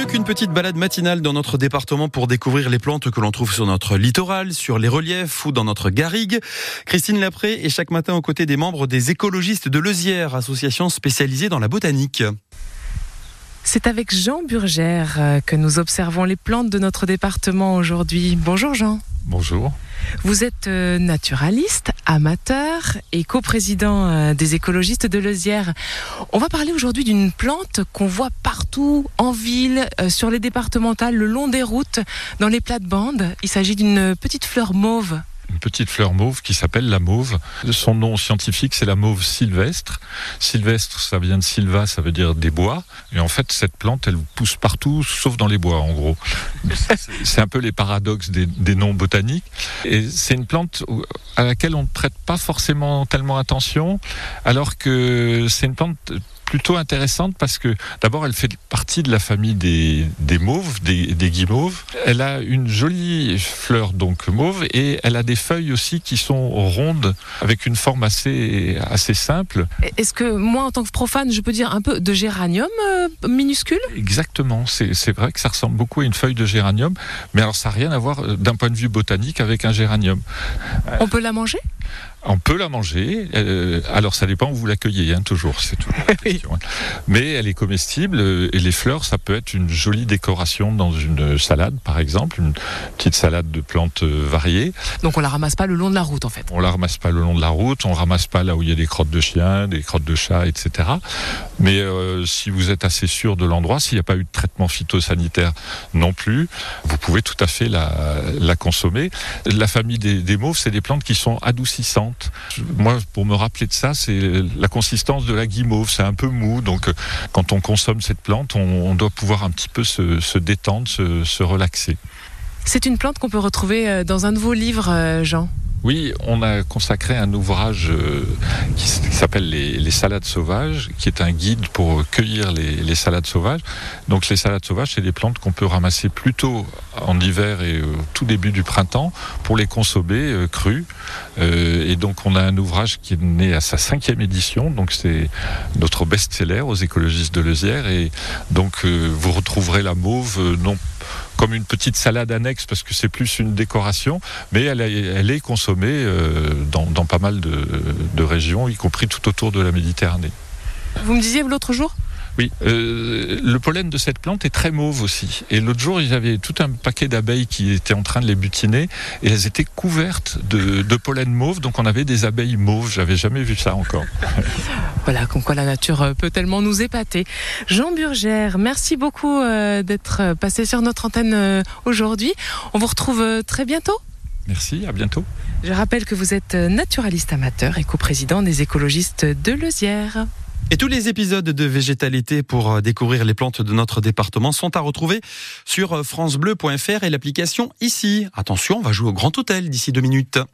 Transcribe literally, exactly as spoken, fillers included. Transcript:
qu'une petite balade matinale dans notre département pour découvrir les plantes que l'on trouve sur notre littoral, sur les reliefs ou dans notre garrigue. Christine Lapré est chaque matin aux côtés des membres des écologistes de Leuzière, association spécialisée dans la botanique. C'est avec Jean Burgère que nous observons les plantes de notre département aujourd'hui. Bonjour Jean. Bonjour. Vous êtes naturaliste, amateur et coprésident des écologistes de Leuzière. On va parler aujourd'hui d'une plante qu'on voit partout, en ville, sur les départementales, le long des routes, dans les plates-bandes. Il s'agit d'une petite fleur mauve. Une petite fleur mauve qui s'appelle la mauve. Son nom scientifique, c'est la mauve sylvestre. Sylvestre, ça vient de Silva, ça veut dire des bois. Et en fait, cette plante, elle pousse partout, sauf dans les bois, en gros. C'est un peu les paradoxes des, des noms botaniques. Et c'est une plante à laquelle on ne prête pas forcément tellement attention, alors que c'est une plante plutôt intéressante parce que d'abord elle fait partie de la famille des, des mauves, des, des guimauves. Elle a une jolie fleur donc mauve et elle a des feuilles aussi qui sont rondes avec une forme assez, assez simple. Est-ce que moi en tant que profane je peux dire un peu de géranium euh, minuscule ? Exactement, c'est, c'est vrai que ça ressemble beaucoup à une feuille de géranium, mais alors ça n'a rien à voir d'un point de vue botanique avec un géranium. On peut la manger ? On peut la manger, euh, alors ça dépend où vous l'accueillez, hein, toujours, c'est toujours la question. Hein. Mais elle est comestible et les fleurs, ça peut être une jolie décoration dans une salade, par exemple, une petite salade de plantes variées. Donc on la ramasse pas le long de la route, en fait. On la ramasse pas le long de la route, on ramasse pas là où il y a des crottes de chiens, des crottes de chats, et cetera. Mais euh, si vous êtes assez sûr de l'endroit, s'il n'y a pas eu de traitement phytosanitaire non plus, vous pouvez tout à fait la, la consommer. La famille des, des mauves, c'est des plantes qui sont adoucissantes. Moi, pour me rappeler de ça, c'est la consistance de la guimauve. C'est un peu mou, donc quand on consomme cette plante, on, on doit pouvoir un petit peu se, se détendre, se, se relaxer. C'est une plante qu'on peut retrouver dans un de vos livres, Jean. Oui, on a consacré un ouvrage euh, qui, qui s'appelle les, les salades sauvages, qui est un guide pour cueillir les, les salades sauvages. Donc les salades sauvages, c'est des plantes qu'on peut ramasser plutôt en hiver et au euh, tout début du printemps pour les consommer euh, crues. Euh, et donc on a un ouvrage qui est né à sa cinquième édition, donc c'est notre best-seller aux écologistes de Leuzière. Et donc euh, vous retrouverez la mauve euh, non comme une petite salade annexe parce que c'est plus une décoration, mais elle, est, elle est consommée euh, dans, dans pas mal de, de régions, y compris tout autour de la Méditerranée. Vous me disiez l'autre jour ? Oui, euh, le pollen de cette plante est très mauve aussi. Et l'autre jour, il y avait tout un paquet d'abeilles qui étaient en train de les butiner et elles étaient couvertes de, de pollen mauve, donc on avait des abeilles mauves. J'avais jamais vu ça encore. Voilà, comme quoi la nature peut tellement nous épater. Jean Burgère, merci beaucoup euh, d'être passé sur notre antenne euh, aujourd'hui. On vous retrouve euh, très bientôt. Merci, à bientôt. Je rappelle que vous êtes naturaliste amateur et coprésident des écologistes de Leuzière. Et tous les épisodes de Végétalité pour découvrir les plantes de notre département sont à retrouver sur francebleu point f r et l'application Ici. Attention, on va jouer au Grand Hôtel d'ici deux minutes.